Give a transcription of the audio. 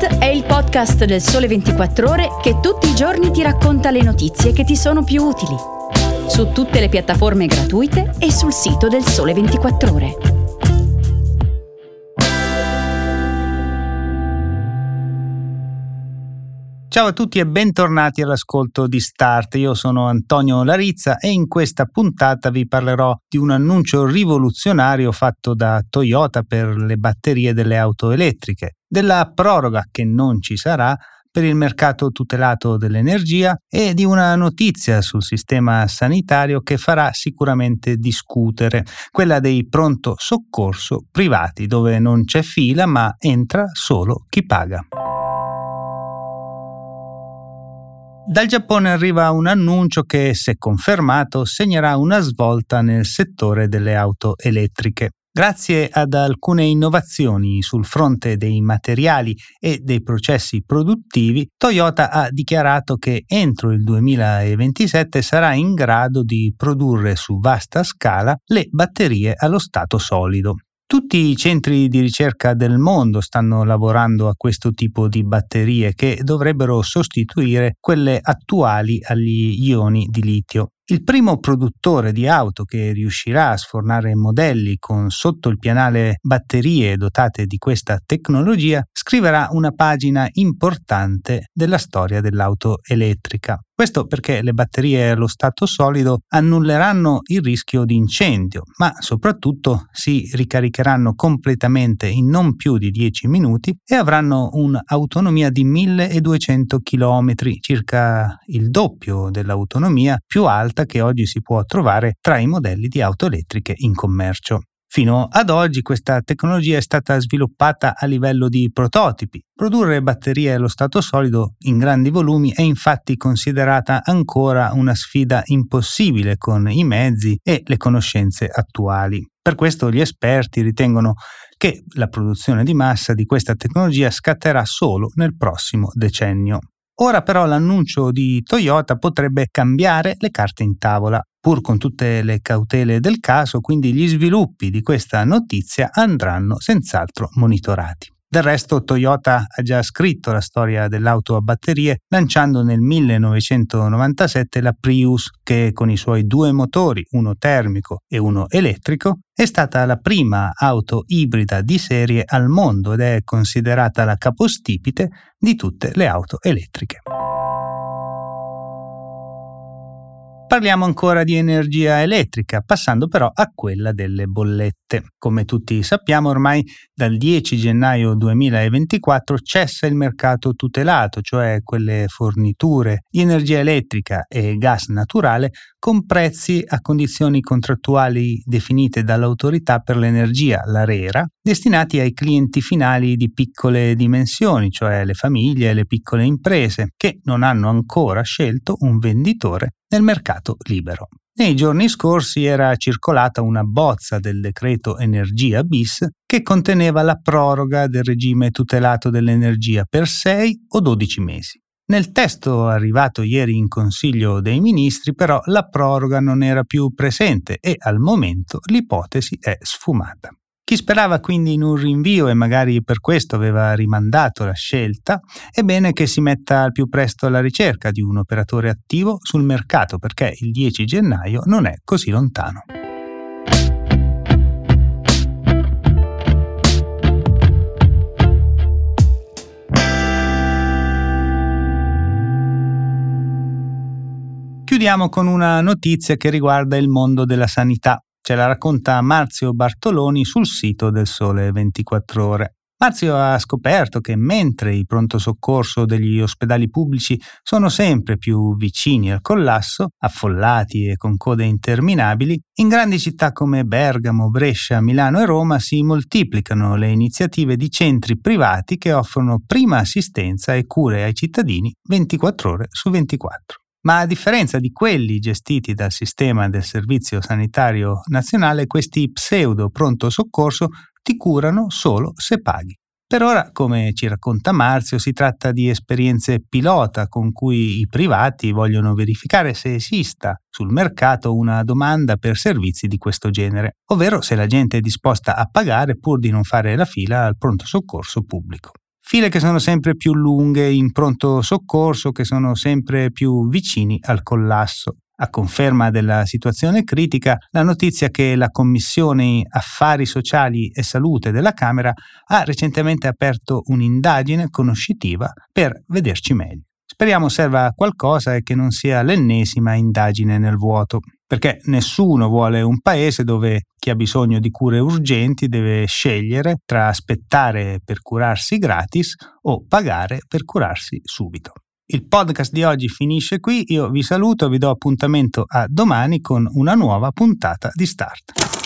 Start è il podcast del Sole 24 Ore che tutti i giorni ti racconta le notizie che ti sono più utili. Su tutte le piattaforme gratuite e sul sito del Sole 24 Ore. Ciao a tutti e bentornati all'ascolto di Start. Io sono Antonio Larizza e in questa puntata vi parlerò di un annuncio rivoluzionario fatto da Toyota per le batterie delle auto elettriche, della proroga che non ci sarà per il mercato tutelato dell'energia e di una notizia sul sistema sanitario che farà sicuramente discutere, quella dei pronto soccorso privati, dove non c'è fila ma entra solo chi paga. Dal Giappone arriva un annuncio che, se confermato, segnerà una svolta nel settore delle auto elettriche. Grazie ad alcune innovazioni sul fronte dei materiali e dei processi produttivi, Toyota ha dichiarato che entro il 2027 sarà in grado di produrre su vasta scala le batterie allo stato solido. Tutti i centri di ricerca del mondo stanno lavorando a questo tipo di batterie che dovrebbero sostituire quelle attuali agli ioni di litio. Il primo produttore di auto che riuscirà a sfornare modelli con sotto il pianale batterie dotate di questa tecnologia scriverà una pagina importante della storia dell'auto elettrica. Questo perché le batterie allo stato solido annulleranno il rischio di incendio, ma soprattutto si ricaricheranno completamente in non più di 10 minuti e avranno un'autonomia di 1200 km, circa il doppio dell'autonomia più alta che oggi si può trovare tra i modelli di auto elettriche in commercio. Fino ad oggi questa tecnologia è stata sviluppata a livello di prototipi. Produrre batterie allo stato solido in grandi volumi è infatti considerata ancora una sfida impossibile con i mezzi e le conoscenze attuali. Per questo gli esperti ritengono che la produzione di massa di questa tecnologia scatterà solo nel prossimo decennio. Ora però l'annuncio di Toyota potrebbe cambiare le carte in tavola. Pur con tutte le cautele del caso, quindi gli sviluppi di questa notizia andranno senz'altro monitorati. Del resto Toyota ha già scritto la storia dell'auto a batterie lanciando nel 1997 la Prius, che con i suoi 2 motori, uno termico e uno elettrico, è stata la prima auto ibrida di serie al mondo ed è considerata la capostipite di tutte le auto elettriche. Parliamo ancora di energia elettrica, passando però a quella delle bollette. Come tutti sappiamo, ormai dal 10 gennaio 2024 cessa il mercato tutelato, cioè quelle forniture di energia elettrica e gas naturale con prezzi a condizioni contrattuali definite dall'Autorità per l'Energia, l'ARERA, destinati ai clienti finali di piccole dimensioni, cioè le famiglie e le piccole imprese, che non hanno ancora scelto un venditore nel mercato libero. Nei giorni scorsi era circolata una bozza del decreto Energia bis che conteneva la proroga del regime tutelato dell'energia per 6 o 12 mesi. Nel testo arrivato ieri in Consiglio dei Ministri, però, la proroga non era più presente e al momento l'ipotesi è sfumata. Chi sperava quindi in un rinvio e magari per questo aveva rimandato la scelta, è bene che si metta al più presto alla ricerca di un operatore attivo sul mercato, perché il 10 gennaio non è così lontano. Chiudiamo con una notizia che riguarda il mondo della sanità. Ce la racconta Marzio Bartoloni sul sito del Sole 24 Ore. Marzio ha scoperto che mentre i pronto soccorso degli ospedali pubblici sono sempre più vicini al collasso, affollati e con code interminabili, in grandi città come Bergamo, Brescia, Milano e Roma si moltiplicano le iniziative di centri privati che offrono prima assistenza e cure ai cittadini 24 ore su 24. Ma a differenza di quelli gestiti dal sistema del Servizio Sanitario Nazionale, questi pseudo pronto soccorso ti curano solo se paghi. Per ora, come ci racconta Marzio, si tratta di esperienze pilota con cui i privati vogliono verificare se esista sul mercato una domanda per servizi di questo genere, ovvero se la gente è disposta a pagare pur di non fare la fila al pronto soccorso pubblico. File che sono sempre più lunghe in pronto soccorso, che sono sempre più vicini al collasso. A conferma della situazione critica, la notizia che la Commissione Affari Sociali e Salute della Camera ha recentemente aperto un'indagine conoscitiva per vederci meglio. Speriamo serva a qualcosa e che non sia l'ennesima indagine nel vuoto, perché nessuno vuole un paese dove chi ha bisogno di cure urgenti deve scegliere tra aspettare per curarsi gratis o pagare per curarsi subito. Il podcast di oggi finisce qui, io vi saluto, vi do appuntamento a domani con una nuova puntata di Start.